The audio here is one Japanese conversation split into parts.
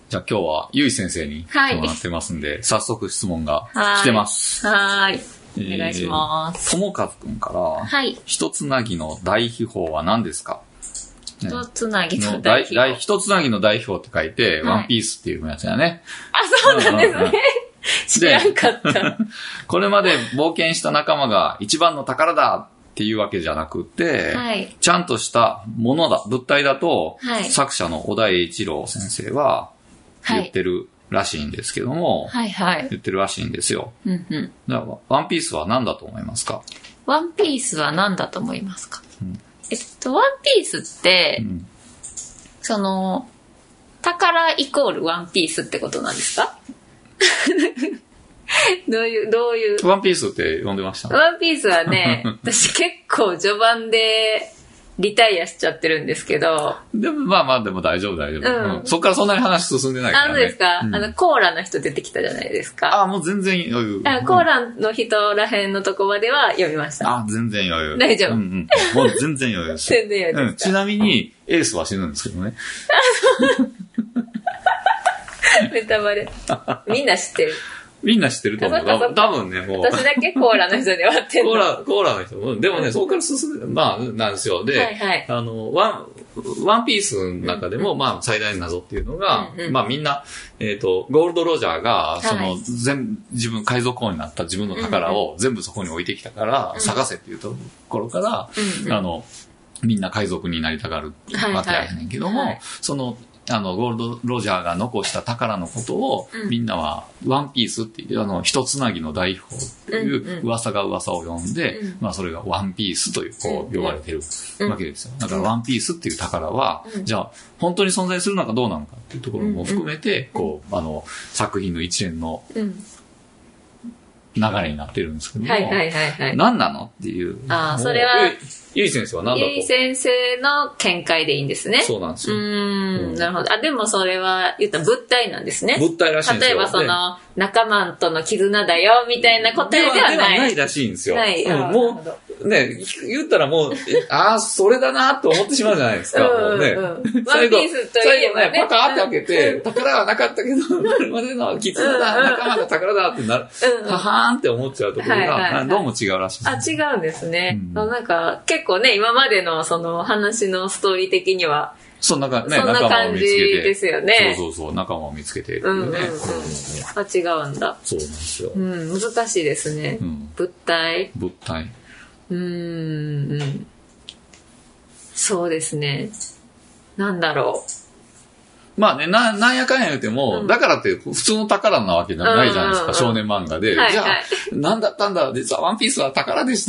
じゃあ今日はゆい先生に来てもらってますんで、早速質問が来てます。 はい。お願いします。 ともかずくんから、一つなぎの大秘宝は何ですか？ 一つなぎの代表。 一つなぎの代表って書いて、ワンピースっていうやつだね。 あ、そうなんですね。知らんかった。 これまで冒険した仲間が一番の宝だっていうわけじゃなくて、ちゃんとしたものだ、物体だと、作者の小田栄一郎先生は言ってるらしいんですけども、言ってるらしいんですよ。だからワンピースは何だと思いますか？ ワンピースは何だと思いますか？ワンピースって、その、宝イコールワンピースってことなんですか？どういう。 ワンピースって呼んでました？ ワンピースはね、私結構序盤でリタイアしちゃってるんですけど。 でもまあでも大丈夫。そっからそんなに話進んでないからね。 そうですか、コーラの人出てきたじゃないですか。 もう全然余裕。 コーラの人らへんのとこまでは読みました。 全然余裕。 大丈夫。 もう全然余裕です。 全然余裕です。 ちなみに、エースは死ぬんですけどね。 ネタバレ。みんな知ってる。 みんな知ってると思う。多分ね、もう。 私だけコーラの人で終わってんの。 コーラの人。でもね、そこから進んで、なんですよ。で、ワンピースの中でも、最大の謎っていうのが、みんな、ゴールドロジャーが、自分、海賊王になった自分の宝を全部そこに置いてきたから、探せっていうところから、みんな海賊になりたがるわけやねんけども、ゴールドロジャーが残した宝のことを、みんなはワンピースっていう、一つなぎの大宝っていう噂を呼んで、それがワンピースという、呼ばれてるわけですよ。だからワンピースっていう宝は、じゃあ、本当に存在するのかどうなのかっていうところも含めて、作品の一連の流れになってるんですけども、何なのっていう。 それは、 ゆい先生は何だと？ ゆい先生の見解でいいんですね。 そうなんですよ。 なるほど。でもそれは言ったら物体なんですね。 物体らしいんですよ。 例えば仲間との絆だよ、みたいな答えではない。 ではないらしいんですよ。もう、ね、言ったらもう、それだなと思ってしまうじゃないですか。 ワンピースといえばね。 パカーって開けて、宝はなかったけど、これまでの絆だ、仲間が宝だってなる。ははーんって思っちゃうところが、どうも違うらしいです。 違うんですね。なんか、結構ね、今までのその話のストーリー的には、 そんな感じですよね。 そう、仲間を見つけてっていうね。 違うんだ。 そうなんですよ。 難しいですね。物体。そうですね。なんだろう。 なんやかんや言うても、だからって普通の宝なわけじゃないじゃないですか、少年漫画で。じゃあ、何だったんだ、実はワンピースは宝でした。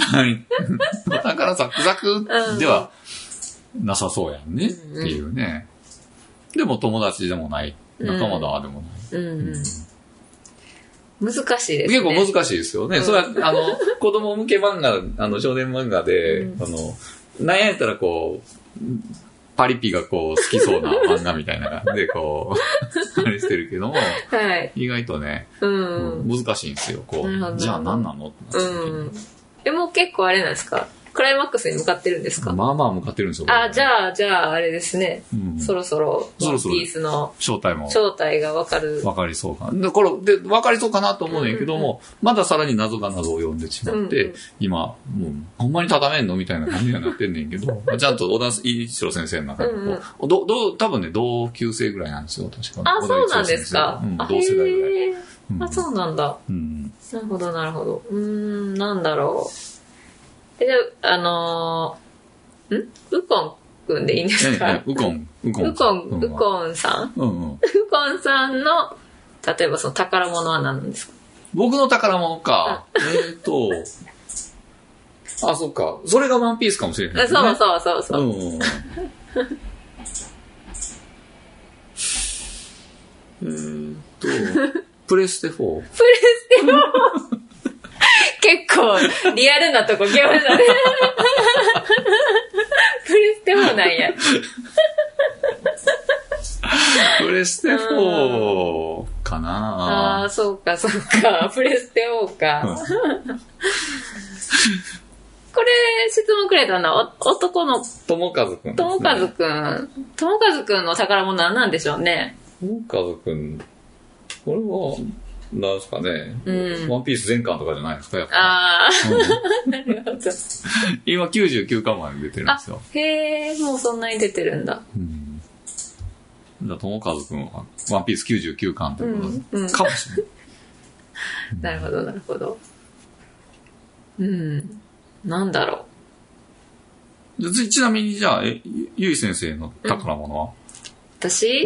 宝ザクザクではなさそうやんね、っていうね。でも友達でもない、仲間だでもない。 難しいですね。 結構難しいですよね。それは、子供向け漫画、少年漫画で、なんやったらパリピが好きそうな漫画みたいな感じであれしてるけども、意外とね、難しいんですよ。じゃあ何なのってなってでも結構あれなんですか？クライマックスに向かってるんですか？ 向かってるんですよ。 じゃああれですね。そろそろワンピースの正体がわかりそうかな。わかりそうかなと思うんやけども、まださらに謎が謎を呼んでしまって、今、もう、ほんまに畳めんのみたいな感じにはなってんねんけど、ちゃんと小田一郎先生の中で多分ね、同級生ぐらいなんですよ、確か。 そうなんですか。 同世代ぐらい。 そうなんだ。なるほど、なるほど。なんだろう。ウコンくんでいいんですか？ウコンさん？ウコンさんの、例えばその宝物は何なんですか？ 僕の宝物か。そっか。それがワンピースかもしれないですね。 そう。 プレステ 4？ 結構リアルなとこ来ましたね。プレステ4なんや。 プレステ4かな。 そうか。プレステ4か。これ質問くれたのは男の友和くん。 友和くんの宝物は何でしょうね。 友和くん、これは、なんですかね、ワンピース全巻とかじゃないですか、やっぱ。 ああ、なるほど。 今99巻まで出てるんですよ。 へえ、もうそんなに出てるんだ。 じゃあ、友和くんは、ワンピース99巻ということかもしれない。 なるほど、なるほど。なんだろう。ちなみに、じゃあ、ゆい先生の宝物は、 私、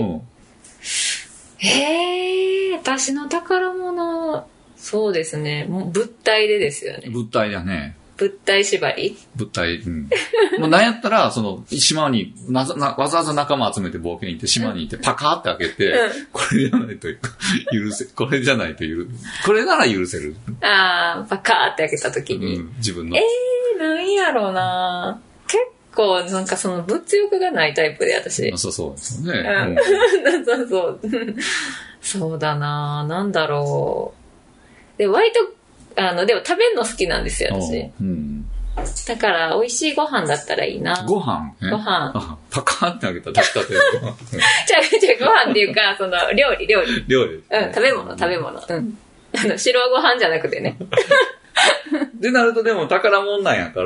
私の宝物、そうですね。もう物体でですよね。 物体だね。 物体縛り物体、もうなんやったら、島にわざわざ仲間集めて冒険行って、島に行ってパカーって開けて、これじゃないとこれじゃないとこれなら許せる。 パカーって開けた時に。 自分の。 なんやろうな結構、なんか物欲がないタイプで、私。 そうですよね。 そう。そうだななんだろう。で、割と、でも食べるの好きなんですよ、私。だから、美味しいご飯だったらいいな。 ご飯ご飯。 パカーって開けたら炊きたてのご飯。 ご飯っていうか、料理。 料理。 食べ物。白ご飯じゃなくてね。 でなるとでも宝物なんやから、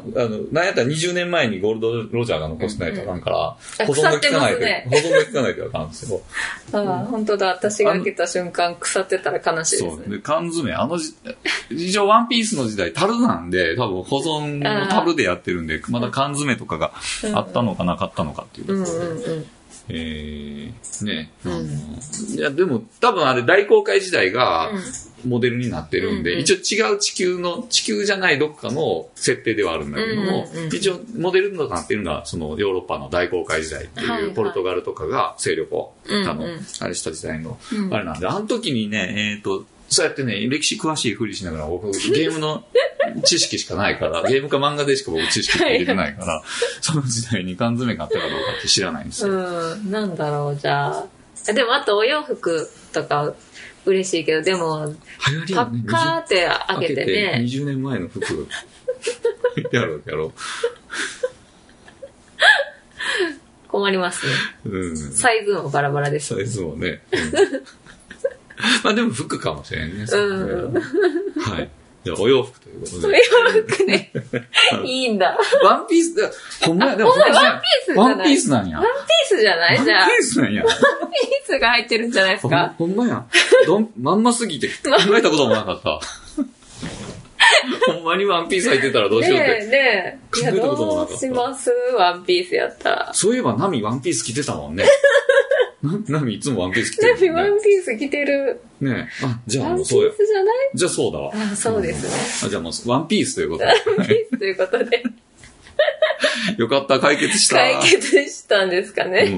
なんやったら20年前にゴールドロジャーが残してないとあかんから、保存が効かないとあかんですよ。 本当だ。私が開けた瞬間、腐ってたら悲しいですね。 そう。で、缶詰、一応ワンピースの時代、樽なんで、多分保存の樽でやってるんで、まだ缶詰とかがあったのかなかったのかっていうところで。いや、でも、多分あれ大航海時代がモデルになってるんで、一応違う地球じゃないどっかの設定ではあるんだけども、一応モデルとなってるのは、ヨーロッパの大航海時代っていう、ポルトガルとかが勢力を、あれした時代の、あれなんで、あの時にね、そうやってね、歴史詳しいふりしながら、僕、ゲームの知識しかないから、ゲームか漫画でしか僕知識入れてないから、その時代に缶詰があったかどうかって知らないんですよ。 なんだろう、じゃあ。でも、あとお洋服とか嬉しいけど、でも、パッカーって開けてね。 20年前の服、やろう。 困りますね。サイズもバラバラです。 サイズもね。まあでも服かもしれんね。はい。じゃあお洋服ということで。 お洋服ね。いいんだ。 ワンピースだ。ほんまや、でもワンピースなんや。 ワンピースじゃないじゃあ。 ワンピースなんや。 ワンピースが入ってるんじゃないですか。 ほんまや。まんますぎて考えたこともなかった。ほんまにワンピース入ってたらどうしようって。 ねえ。考えたこともなかった。どうしますワンピースやったら。 そういえばナミワンピース着てたもんね。ナミいつもワンピース着てる、 ナミワンピース着てる。 ねえ。じゃあもうそうや。 ワンピースじゃない？ じゃあそうだわ。 そうですね。 じゃあもうワンピースということで。 ワンピースということで。 よかった、解決した。 解決したんですかね。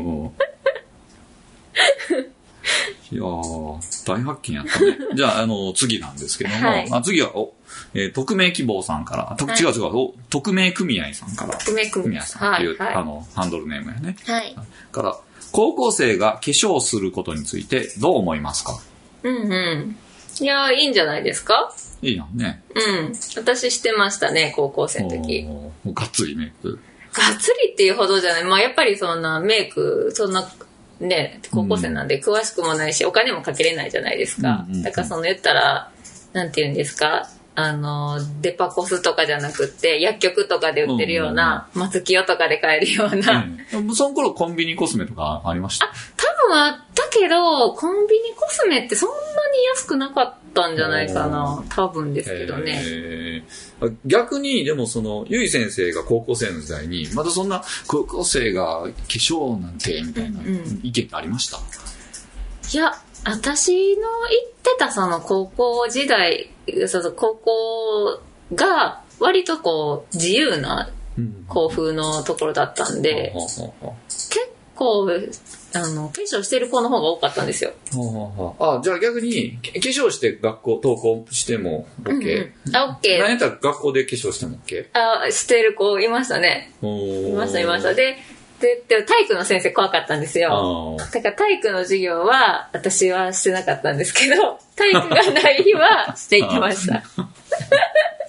いやー、大発見やったね。じゃあ、次なんですけども、次は、匿名希望さんから、違う、匿名組合さんから。 匿名組合さんっていう、ハンドルネームやね。から、高校生が化粧することについてどう思いますか？ いやー、いいんじゃないですか？ いいやんね。 私してましたね、高校生の時。 もうがっつりメイク。 がっつりっていうほどじゃない。まあやっぱりそんなメイク、そんな、ね、高校生なんで詳しくもないし、お金もかけれないじゃないですか。だから言ったら、なんて言うんですか？デパコスとかじゃなくって薬局とかで売ってるような、松清とかで買えるような、 その頃コンビニコスメとかありました？ 多分あったけどコンビニコスメってそんなに安くなかったんじゃないかな。多分ですけどね。 逆にでもゆい先生が高校生の時代にまだそんな高校生が化粧なんてみたいな意見ってありました？ いや、私の言ってた高校時代、高校が割とこう自由な校風のところだったんで、結構化粧してる子の方が多かったんですよ。 じゃあ逆に化粧して学校登校しても OK？ OK。何やったら学校で化粧しても OK？ してる子いましたね。いました。で体育の先生怖かったんですよ。だから体育の授業は私はしてなかったんですけど、体育がない日はしていきました。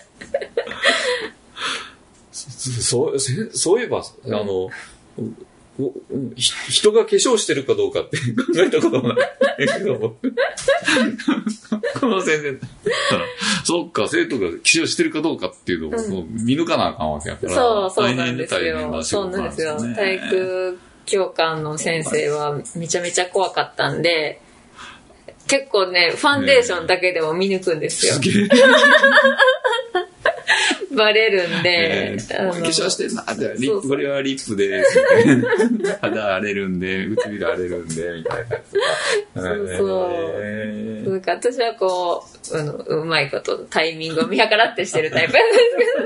そういえば、 人が化粧してるかどうかって考えたこともないけど、この先生、そっか、生徒が化粧してるかどうかっていうのを見抜かなあかんわけやから。 そうなんですよ。そうなんですよ。体育教官の先生はめちゃめちゃ怖かったんで、結構ね、ファンデーションだけでも見抜くんですよ。バレるんで、 化粧してんなって、これはリップです。肌荒れるんで、唇荒れるんで、みたいな。 そう。なんか私はこう、うまいことタイミングを見計らってしてるタイプなん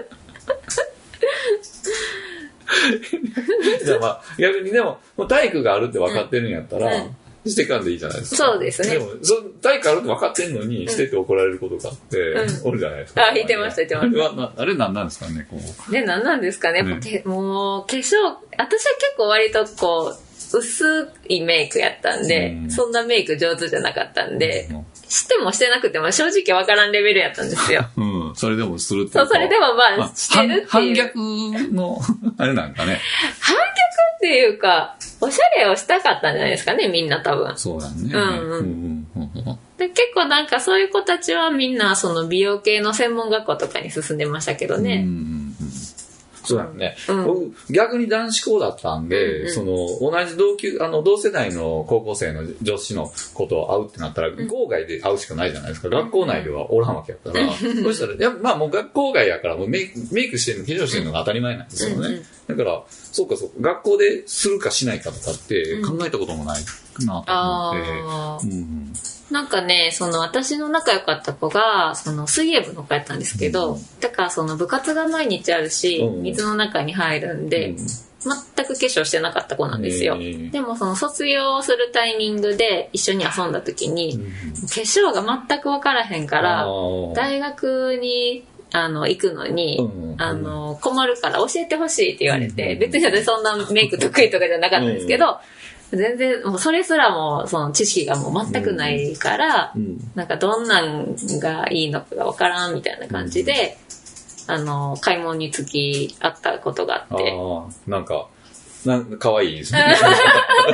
ですけど。じゃあまあ、逆にでも、体育があるって分かってるんやったら、してかんでいいじゃないですか。 そうですね。 でも、体育あるって分かってんのに、してって怒られることがあって、おるじゃないですか。 言ってました。 あれ何なんですかね、こう。 ね、何なんですかね。もう、化粧、私は結構割とこう、薄いメイクやったんで、そんなメイク上手じゃなかったんで、してもしてなくても正直分からんレベルやったんですよ。 それでもするってそう、それでもまあ、してるっていう。 反逆の、あれなんかね。 反逆っていうか、おしゃれをしたかったんじゃないですかね、みんな多分。 そうだね。 で結構なんかそういう子たちはみんなその美容系の専門学校とかに進んでましたけどね。 そうだね。僕、逆に男子校だったんで、その、同じ同世代の高校生の女子の子と会うってなったら、校外で会うしかないじゃないですか。学校内ではおらんわけやから。そしたら、まあもう学校外やから、もうメイクしてるの、化粧してるのが当たり前なんですよね。だから、そうか、学校でするかしないかとかって考えたこともないなと思って。 なんかね、私の仲良かった子が、水泳部の子やったんですけど、だから部活が毎日あるし、水の中に入るんで、全く化粧してなかった子なんですよ。でも卒業するタイミングで一緒に遊んだ時に、化粧が全く分からへんから、大学に行くのに、困るから教えてほしいって言われて、別に私そんなメイク得意とかじゃなかったんですけど、全然、もうそれすらも、知識がもう全くないから、なんかどんなんがいいのかがわからんみたいな感じで、買い物に付き合ったことがあって。 なんか可愛いですね。 だからそう思う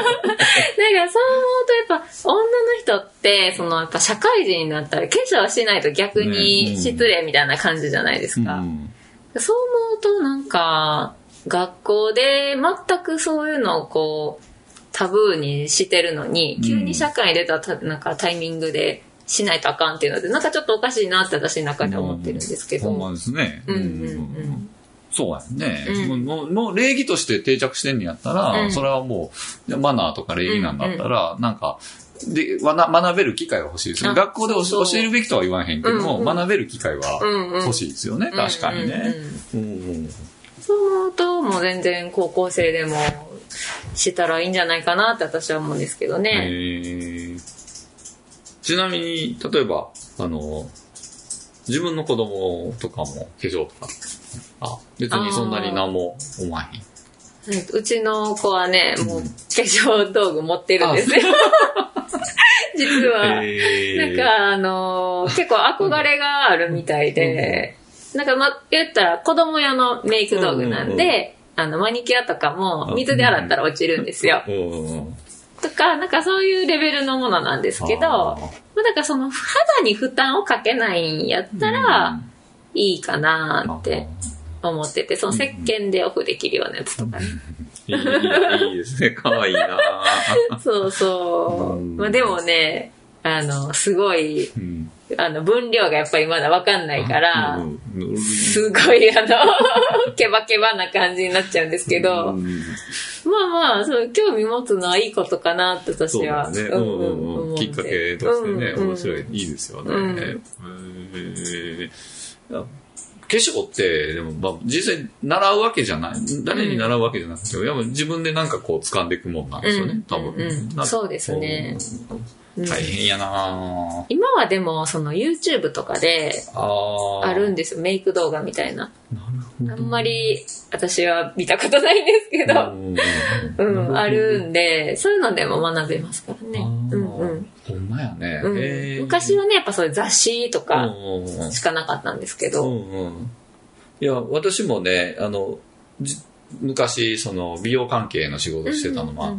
とやっぱ女の人って、やっぱ社会人になったら化粧しないと逆に失礼みたいな感じじゃないですか。そう思うとなんか、学校で全くそういうのをこう、タブーにしてるのに、急に社会に出たなんかタイミングでしないとあかんっていうので、なんかちょっとおかしいなって私の中で思ってるんですけど。 ほんまですね。そうやね。もう礼儀として定着してんねやったら、それはもうマナーとか礼儀なんだったら、なんか、で、学べる機会は欲しいですね。学校で教えるべきとは言わへんけども、学べる機会は欲しいですよね。確かにね。 そう思うと、もう全然高校生でもしたらいいんじゃないかなって私は思うんですけどね。 ちなみに、例えば、自分の子供とかも化粧とか、別にそんなに何も思わへん。 うちの子はね、もう化粧道具持ってるんですよ。実は。なんか結構憧れがあるみたいで、なんか言ったら子供用のメイク道具なんで、マニキュアとかも水で洗ったら落ちるんですよ。とか、なんかそういうレベルのものなんですけど、だから肌に負担をかけないんやったらいいかなって思ってて、石鹸でオフできるようなやつとかね。 いいですね。かわいいなそうそう。まあでもね、すごい、分量がやっぱりまだわかんないから、すごいケバケバな感じになっちゃうんですけど、まあまあ、興味持つのはいいことかなって私は。 そうだね。きっかけとしてね、面白い、いいですよね。化粧って、でも、まあ、実際習うわけじゃない。誰に習うわけじゃなくて、やっぱ自分でなんかこう掴んでいくもんなんですよね、多分。 そうですね。 大変やな今はでも、YouTube とかで、あるんですよ、メイク動画みたいな。あんまり、私は見たことないんですけど、あるんで、そういうのでも学べますからね。 ほんまやね。 昔はね、やっぱそういう雑誌とかしかなかったんですけど。 いや、私もね、 昔、その美容関係の仕事してたのもあって、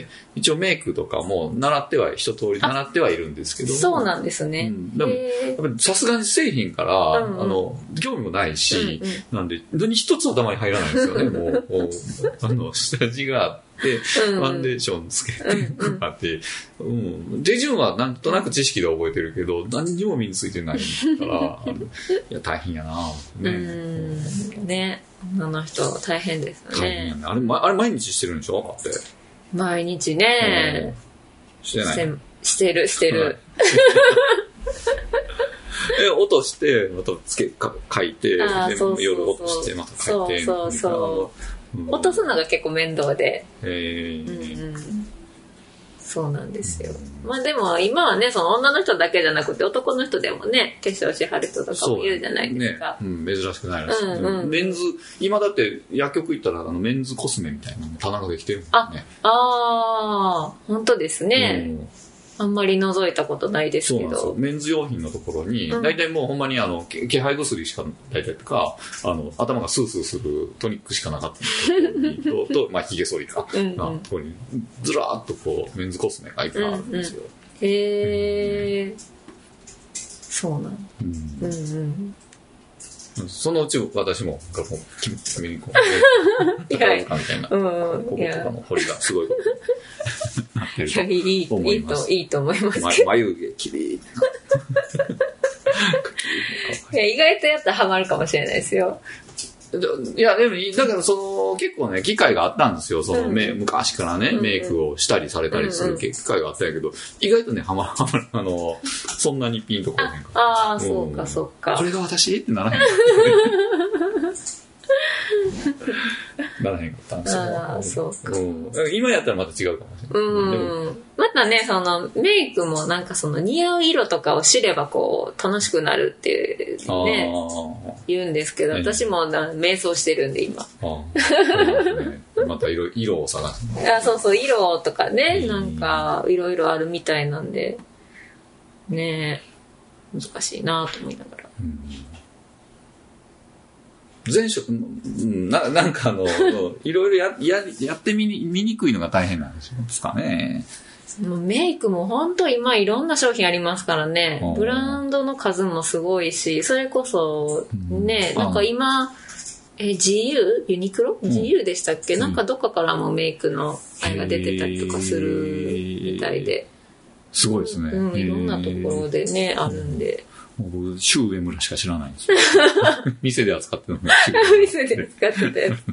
一応メイクとかも一通り習ってはいるんですけど。 そうなんですね。 でも、やっぱりさすがに製品から、興味もないし、なんで、一つ頭に入らないんですよね、もう、下地があって、ファンデーションつけて、あって、手順はなんとなく知識で覚えてるけど、何にも身についてないから、いや、大変やなぁ。 ね。女の人、大変ですよね。 あれ毎日してるんでしょだって。 毎日ね。 してない。 してる。 落として、また書いて、夜落としてまた書いて。 そう。落とすのが結構面倒で。そうなんですよ。まあでも今はね、その女の人だけじゃなくて男の人でもね、化粧しはる人とかもいるじゃないですか。 珍しくないらしい。メンズ、今だって薬局行ったらメンズコスメみたいなの棚ができてるもんね。 本当ですね。あんまり覗いたことないですけど。そうなんですよ。 メンズ用品のところに、大体もうほんまに気配薬しか、大体とか、頭がスースーするトニックしかなかったとと、まあ、髭剃りか。ここに、ずらーっとこう、メンズコスメがいっぱいあるんですよ。 そうなんそのうち私も、君にこう、宝塚みたいな、こことかの彫りがすごい。 いいと思いますけど。 眉毛きれい。 意外とやったらハマるかもしれないですよ。 いや、でも、だから結構ね、機会があったんですよ。昔からね、メイクをしたりされたりする機会があったんやけど、意外とね、そんなにピンとこへんから。 そうか、そうか。 これが私ってならへんかならへんかったんですよ。そうか。今やったらまた違うかもしれない。 またね、メイクもなんか似合う色とかを知ればこう、楽しくなるってね、言うんですけど、私も瞑想してるんで今。 また色を探す。 そう、色とかね、なんかいろいろあるみたいなんで、ね、難しいなと思いながら。 前職、なんかいろいろやってみにくいのが大変なんですかね。 メイクも本当今いろんな商品ありますからね。ブランドの数もすごいし、それこそね、なんか今、ユニクロ ?GU でしたっけ、なんかどっかからもメイクのあれが出てたりとかするみたいで。 すごいですね。 いろんなところでね、あるんで。 僕、シュウエムラしか知らないんですよ。店で扱ってるのが店で使ってたやつ。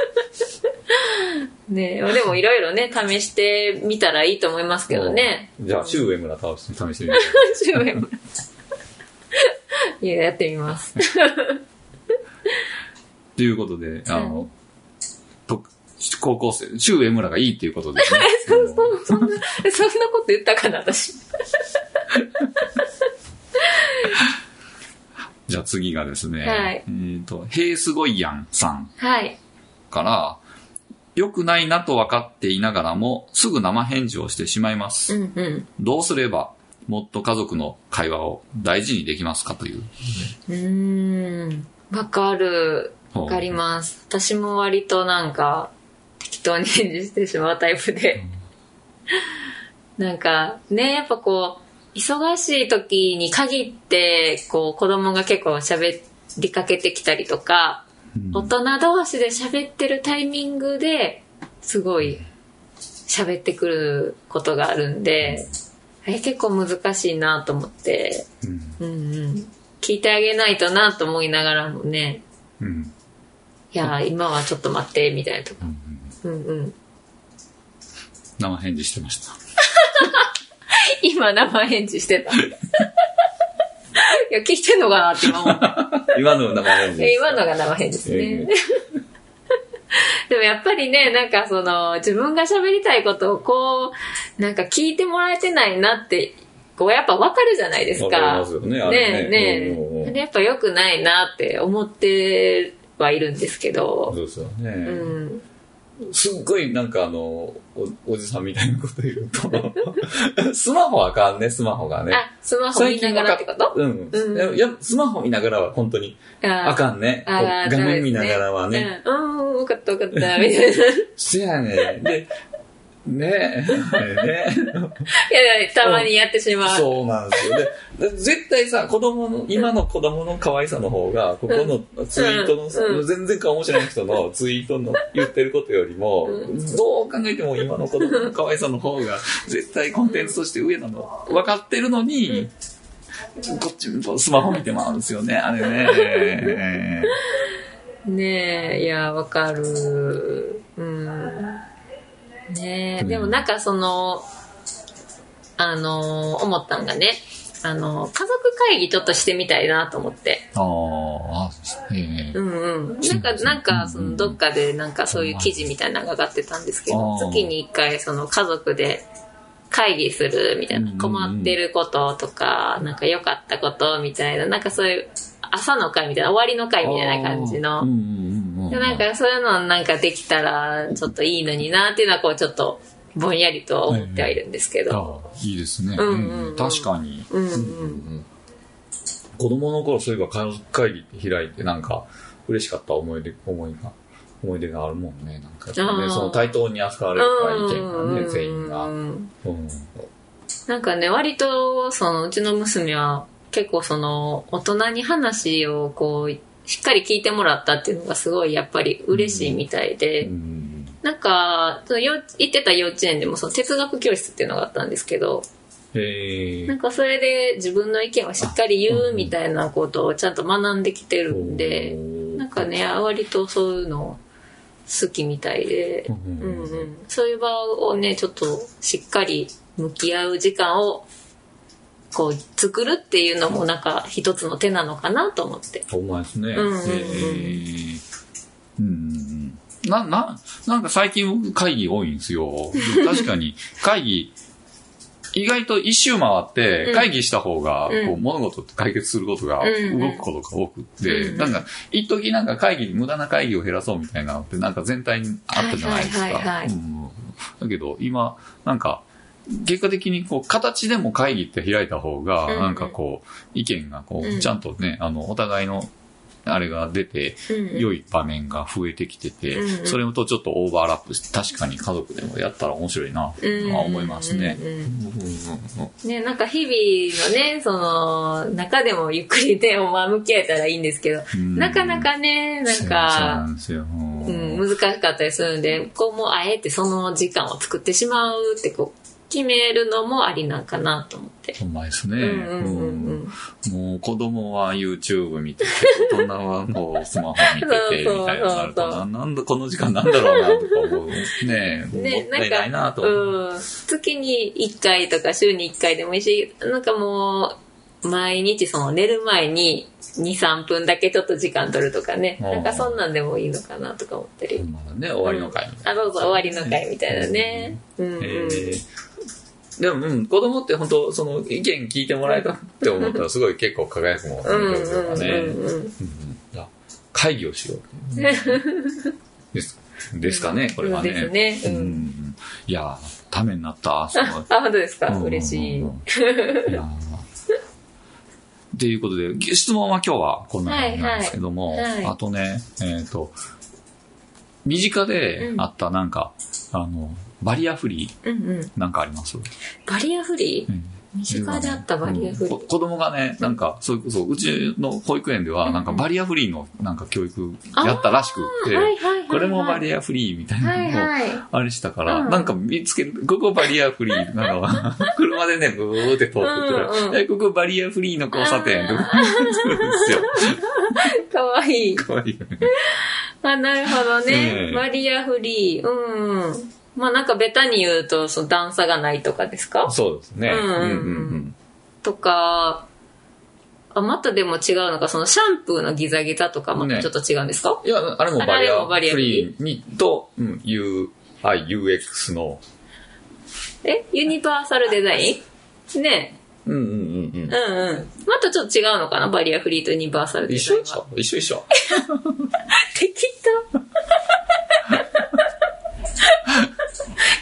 ねでもいろいろね、試してみたらいいと思いますけどね。 じゃあ、シュウエムラ試してみて。 シュウエムラ。いや、やってみます。 ということで、高校生、シュウエムラがいいっていうことで、ね。 そんなこと言ったかな、私。 じゃあ次がですね、 はい、 ヘイスゴイヤンさんから、 はい、 良くないなと分かっていながらもすぐ生返事をしてしまいます。どうすればもっと家族の会話を大事にできますかという。 わかります。私も割となんか適当に返事してしまうタイプで、なんかね、やっぱこう忙しい時に限ってこう子供が結構喋りかけてきたりとか、大人同士で喋ってるタイミングですごい喋ってくることがあるんで、結構難しいなと思って、聞いてあげないとなと思いながらもね、いや今はちょっと待ってみたいなとか、 生返事してました。 今生返事してた。いや、聞いてんのかなって今思った。 今のが生返事。 今のが生返事ですね。でもやっぱりね、なんか自分が喋りたいことをこう、なんか聞いてもらえてないなって、こうやっぱ分かるじゃないですか。分かりますよね、あれね。やっぱ良くないなって思ってはいるんですけど。 そうですよね。 すっごいなんかおじさんみたいなこと言うと、スマホあかんね、スマホがね。 あ、スマホ見ながらってこと？ うん。いや、スマホ見ながらは本当にあかんね。画面見ながらはね。 わかったわかった、みたいな。 せやね。で、ねえ。 いや、たまにやってしまう。 そうなんですよ。で、絶対さ、今の子供の可愛さの方が、ここのツイートのさ、全然顔もしない人のツイートの言ってることよりも、どう考えても今の子供の可愛さの方が、絶対コンテンツとして上なの分かってるのに、こっちスマホ見てまうんですよね、あれね。 ねえ、いや、わかる。ねえ、でもなんか思ったんがね、家族会議ちょっとしてみたいなと思って。なんかどっかでなんかそういう記事みたいなのが上がってたんですけど、月に1回家族で会議するみたいな、困ってることとか、なんか良かったことみたいな、なんかそういう朝の会みたいな、終わりの会みたいな感じの。なんかそういうのなんかできたらちょっといいのになっていうのはちょっとぼんやりと思ってはいるんですけど。 いいですね。確かに。子供の頃そういえば家族会議って開いてなんか嬉しかった思い出があるもんね。なんかね、その対等に扱われる意見がね、全員が。 なんかね、割とうちの娘は結構大人に話をしっかり聞いてもらったっていうのがすごいやっぱり嬉しいみたいで、なんか行ってた幼稚園でも哲学教室っていうのがあったんですけど、なんかそれで自分の意見をしっかり言うみたいなことをちゃんと学んできてるんで、なんかね、割とそういうの好きみたいで、そういう場をね、ちょっとしっかり向き合う時間を作るっていうのもなんか一つの手なのかなと思って。 ほんまですね。なんか最近会議多いんですよ。確かに会議意外と一周回って会議した方が物事って解決することが動くことが多くって、なんか一時なんか無駄な会議を減らそうみたいなのってなんか全体にあったじゃないですか。だけど今なんか結果的に形でも会議って開いた方がなんか意見がちゃんとねお互いのあれが出て良い場面が増えてきてて、それとちょっとオーバーラップして確かに家族でもやったら面白いなと思いますね。 ね、なんか日々のね中でもゆっくりね向き合えたらいいんですけど、なかなかねなんか難しかったりするんで、もうあえてその時間を作ってしまうって決めるのもありなんかなと思って。 ほんまですね。もう子供は YouTube 見てて、大人はもうスマホ見てて、みたいななると、なんだこの時間なんだろうなとか思う。ねもったいないなと思う。 月に1回とか週に1回でもいいし、なんかもう、毎日寝る前に2、3分だけちょっと時間取るとかね。なんかそんなんでもいいのかなとか思ってる。 ね、終わりの会みたいな。 終わりの会みたいなね。 でも、子供って本当意見聞いてもらえたって思ったらすごい結構輝くもんね。会議をしようですかね、これはね。 ですね。 いや、ためになった。 本当ですか、嬉しい。 ということで、質問は今日はこんな感じなんですけども、あとね、身近であったなんか、バリアフリーなんかあります？ バリアフリー？身近であったバリアフリー。 子供がね、なんか、そう、うちの保育園では、なんかバリアフリーのなんか教育やったらしくって、これもバリアフリーみたいなのをあれしたから、なんか見つける、ここバリアフリーなのは、車でね、ブーって通ってたら、ここバリアフリーの交差点とかするんですよ。 かわいい。 かわいいよね。 なるほどね。バリアフリー。まあなんかベタに言うと段差がないとかですか？ そうですね。 とか、またでも違うのか、シャンプーのギザギザとかまたちょっと違うんですか？ いや、あれもバリアフリーにと、UI、UX の。 ユニバーサルデザイン？ね。またちょっと違うのかな、バリアフリーとユニバーサルデザインは。 一緒。 適当。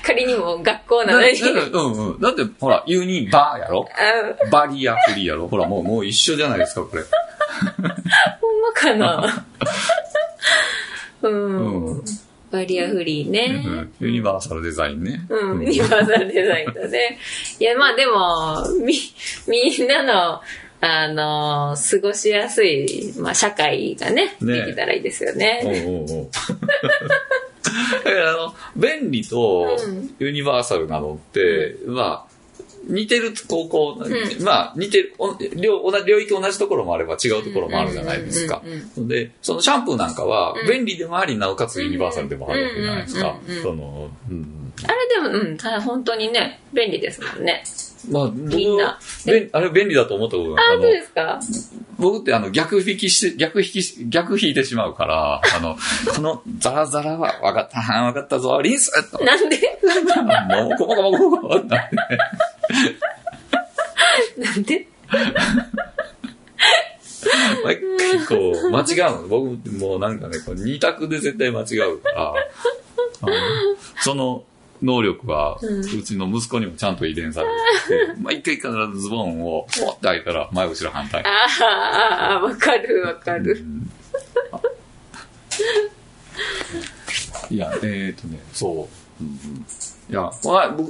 仮にも学校なのに。 だってほら、ユニバーやろバリアフリーやろほら、もう一緒じゃないですか、これ。 ほんまかなバリアフリーね。 ユニバーサルデザインね。 ユニバーサルデザインだね。いや、まあでも、みんなの、過ごしやすい、まあ、社会がね、できたらいいですよね。だから便利とユニバーサルなのって、まあ、似てる高校、まあ、似てる、領域同じところもあれば違うところもあるじゃないですか。で、そのシャンプーなんかは、便利でもあり、なおかつユニバーサルでもあるわけじゃないですか。 あれでも、ただ本当にね、便利ですもんね。 まあ、みんな。あれ便利だと思ったことがそうですか。 僕って逆引いてしまうから、このザラザラはわかったぞ、リンスなんでもう、こまなんで毎回こう、間違うの。僕もうなんかね、二択で絶対間違うから、その、能力は、うちの息子にもちゃんと遺伝されてて、一回必ずズボンをポッて開いたら前後ろ反対。 ああ、わかる。 いや、そう。いや、僕、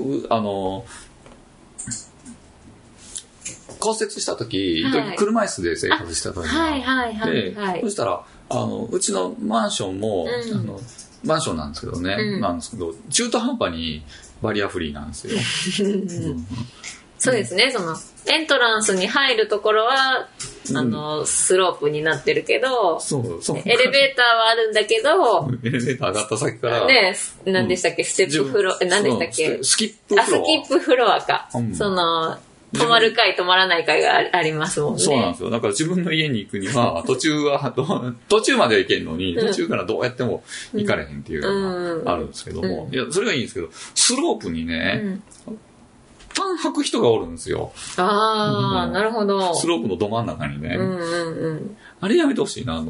骨折した時、車椅子で生活した時に、そしたら、うちのマンションも、マンションなんですけどね、なんですけど、中途半端にバリアフリーなんですよ。 そうですね、その、エントランスに入るところは、スロープになってるけど、エレベーターはあるんだけど、 エレベーター上がった先から、 ね、何でしたっけ、ステップフロア、何でしたっけ、 スキップフロア。 スキップフロアか。その、止まる階止まらない階がありますもんね。 そうなんですよ。だから自分の家に行くには、途中までは行けんのに、途中からどうやっても行かれへんっていうのがあるんですけども、いや、それがいいんですけど、スロープにね、パン履く人がおるんですよ。 ああ、なるほど。 スロープのど真ん中にね。あれやめてほしいなと思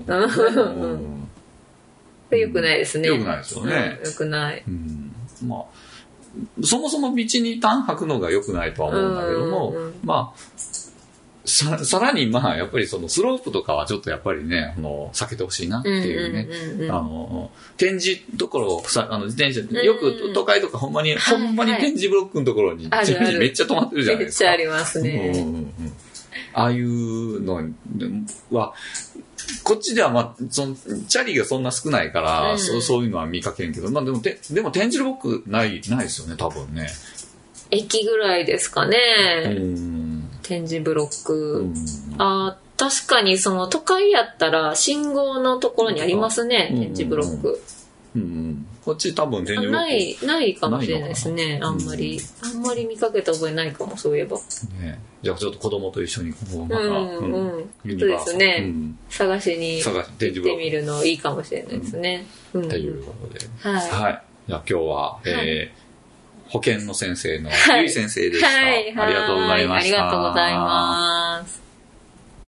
って。 よくないですね。 よくないですよね。 よくない。 まあ、そもそも道にタン履くのが良くないとは思うんだけども、まあ、さらにまあ、やっぱりそのスロープとかはちょっとやっぱりね、避けてほしいなっていうね、展示ところを、自転車、よく都会とかほんまに展示ブロックのところに、めっちゃ止まってるじゃないですか。 めっちゃありますね。 ああいうのは、こっちではまあ、チャリがそんな少ないから、そういうのは見かけんけど、まあでも展示ブロックないですよね、多分ね。 駅ぐらいですかね。展示ブロック。確かにその都会やったら信号のところにありますね、展示ブロック。 こっち多分展示ブロックないかもしれないですね。あんまり見かけた覚えないかも、そういえば。 じゃあちょっと子供と一緒にそうですね。探しに行ってみるのいいかもしれないですね。 ということで。はい。じゃあ今日は、保健の先生のゆい先生でした。ありがとうございました。 ありがとうございます。